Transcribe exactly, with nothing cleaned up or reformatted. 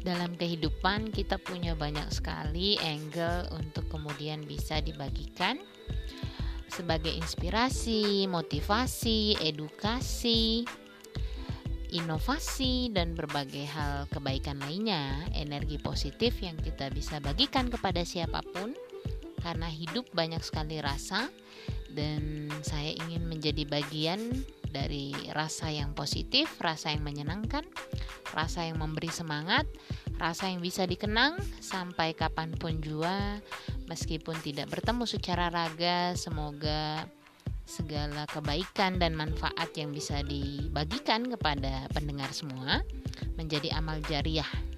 Dalam kehidupan kita punya banyak sekali angle untuk kemudian bisa dibagikan sebagai inspirasi, motivasi, edukasi, inovasi, dan berbagai hal kebaikan lainnya. Energi positif yang kita bisa bagikan kepada siapapun, karena hidup banyak sekali rasa, dan saya ingin menjadi bagian dari rasa yang positif, rasa yang menyenangkan, rasa yang memberi semangat, rasa yang bisa dikenang sampai kapanpun jua. Meskipun tidak bertemu secara raga, semoga segala kebaikan dan manfaat yang bisa dibagikan kepada pendengar semua menjadi amal jariah